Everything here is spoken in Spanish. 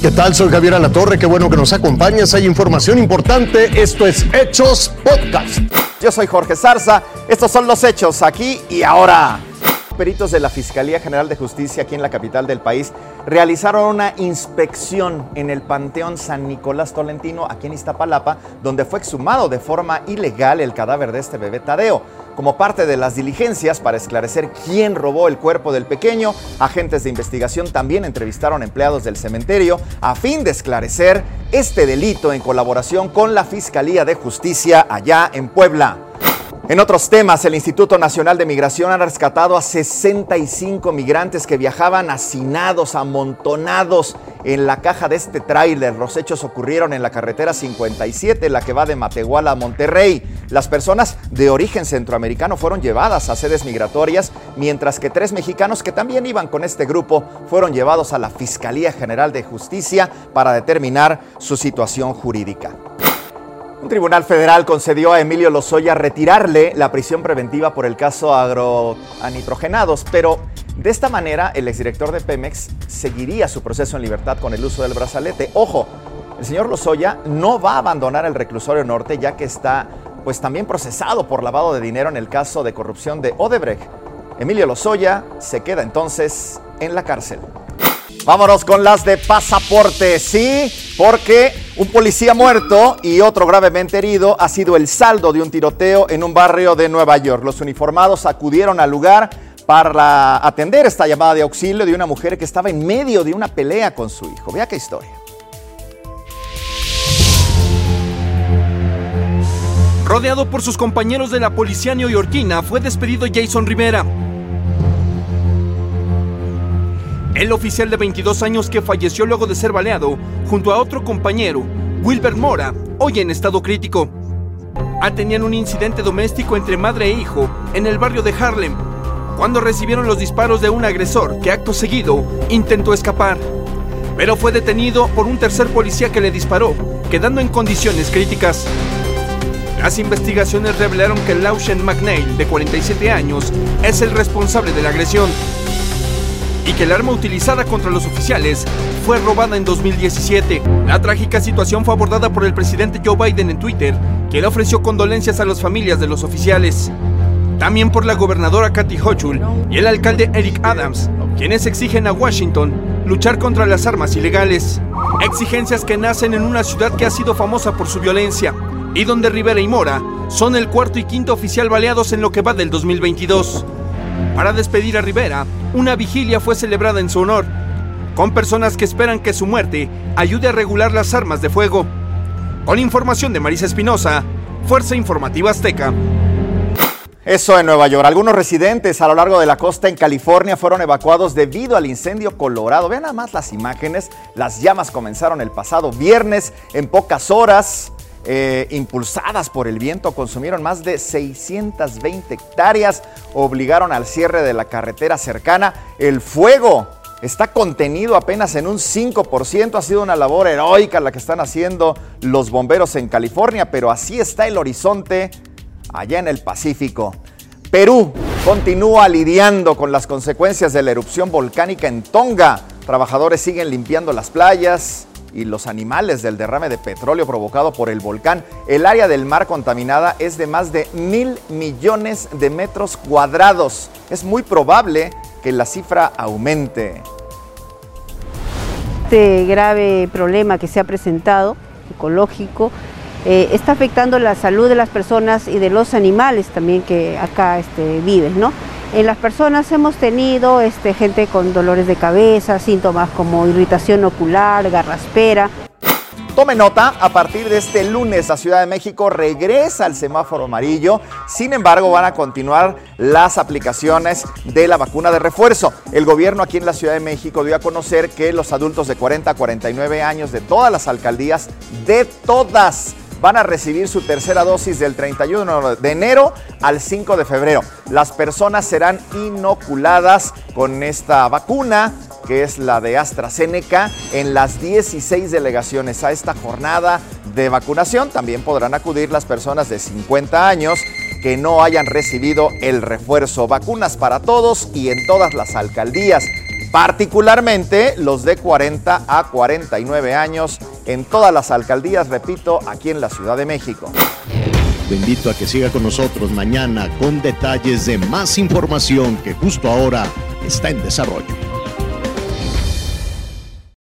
¿Qué tal? Soy Javier Alatorre, qué bueno que nos acompañas. Hay información importante. Esto es Hechos Podcast. Yo soy Jorge Zarza. Estos son los hechos aquí y ahora. Peritos de la Fiscalía General de Justicia aquí en la capital del país realizaron una inspección en el Panteón San Nicolás Tolentino, aquí en Iztapalapa, donde fue exhumado de forma ilegal el cadáver de este bebé Tadeo. Como parte de las diligencias para esclarecer quién robó el cuerpo del pequeño, agentes de investigación también entrevistaron empleados del cementerio a fin de esclarecer este delito en colaboración con la Fiscalía de Justicia allá en Puebla. En otros temas, el Instituto Nacional de Migración ha rescatado a 65 migrantes que viajaban hacinados, amontonados en la caja de este tráiler. Los hechos ocurrieron en la carretera 57, la que va de Matehuala a Monterrey. Las personas de origen centroamericano fueron llevadas a sedes migratorias, mientras que 3 mexicanos que también iban con este grupo fueron llevados a la Fiscalía General de Justicia para determinar su situación jurídica. Un tribunal federal concedió a Emilio Lozoya retirarle la prisión preventiva por el caso agroanitrogenados, pero de esta manera el exdirector de Pemex seguiría su proceso en libertad con el uso del brazalete. Ojo, el señor Lozoya no va a abandonar el reclusorio norte, ya que está también procesado por lavado de dinero en el caso de corrupción de Odebrecht. Emilio Lozoya se queda entonces en la cárcel. Vámonos con las de pasaporte, sí, porque un policía muerto y otro gravemente herido ha sido el saldo de un tiroteo en un barrio de Nueva York. Los uniformados acudieron al lugar para atender esta llamada de auxilio de una mujer que estaba en medio de una pelea con su hijo. Vea qué historia. Rodeado por sus compañeros de la policía neoyorquina, fue despedido Jason Rivera. El oficial de 22 años que falleció luego de ser baleado, junto a otro compañero, Wilber Mora, hoy en estado crítico. Tenían un incidente doméstico entre madre e hijo en el barrio de Harlem, cuando recibieron los disparos de un agresor que acto seguido intentó escapar, pero fue detenido por un tercer policía que le disparó, quedando en condiciones críticas. Las investigaciones revelaron que Lauchen McNeil, de 47 años, es el responsable de la agresión, y que el arma utilizada contra los oficiales fue robada en 2017. La trágica situación fue abordada por el presidente Joe Biden en Twitter, que le ofreció condolencias a las familias de los oficiales. También por la gobernadora Kathy Hochul y el alcalde Eric Adams, quienes exigen a Washington luchar contra las armas ilegales. Exigencias que nacen en una ciudad que ha sido famosa por su violencia, y donde Rivera y Mora son el cuarto y quinto oficial baleados en lo que va del 2022. Para despedir a Rivera, una vigilia fue celebrada en su honor, con personas que esperan que su muerte ayude a regular las armas de fuego. Con información de Marisa Espinosa, Fuerza Informativa Azteca. Eso en Nueva York. Algunos residentes a lo largo de la costa en California fueron evacuados debido al incendio Colorado. Vean nada más las imágenes. Las llamas comenzaron el pasado viernes. En pocas horas, impulsadas por el viento, consumieron más de 620 hectáreas, obligaron al cierre de la carretera cercana. El fuego está contenido apenas en un 5%, ha sido una labor heroica la que están haciendo los bomberos en California, pero así está el horizonte allá en el Pacífico. Perú continúa lidiando con las consecuencias de la erupción volcánica en Tonga. Trabajadores siguen limpiando las playas y los animales del derrame de petróleo provocado por el volcán. El área del mar contaminada es de más de 1,000 millones de metros cuadrados. Es muy probable que la cifra aumente. Este grave problema que se ha presentado, ecológico, está afectando la salud de las personas y de los animales también que acá viven, ¿no? En las personas hemos tenido gente con dolores de cabeza, síntomas como irritación ocular, garraspera. Tome nota, a partir de este lunes la Ciudad de México regresa al semáforo amarillo. Sin embargo, van a continuar las aplicaciones de la vacuna de refuerzo. El gobierno aquí en la Ciudad de México dio a conocer que los adultos de 40 a 49 años de todas las alcaldías, de todas, van a recibir su tercera dosis del 31 de enero al 5 de febrero. Las personas serán inoculadas con esta vacuna, que es la de AstraZeneca, en las 16 delegaciones. A esta jornada de vacunación también podrán acudir las personas de 50 años que no hayan recibido el refuerzo. Vacunas para todos y en todas las alcaldías. particularmente los de 40 a 49 años en todas las alcaldías, repito, aquí en la Ciudad de México. Lo invito a que siga con nosotros mañana con detalles de más información que justo ahora está en desarrollo.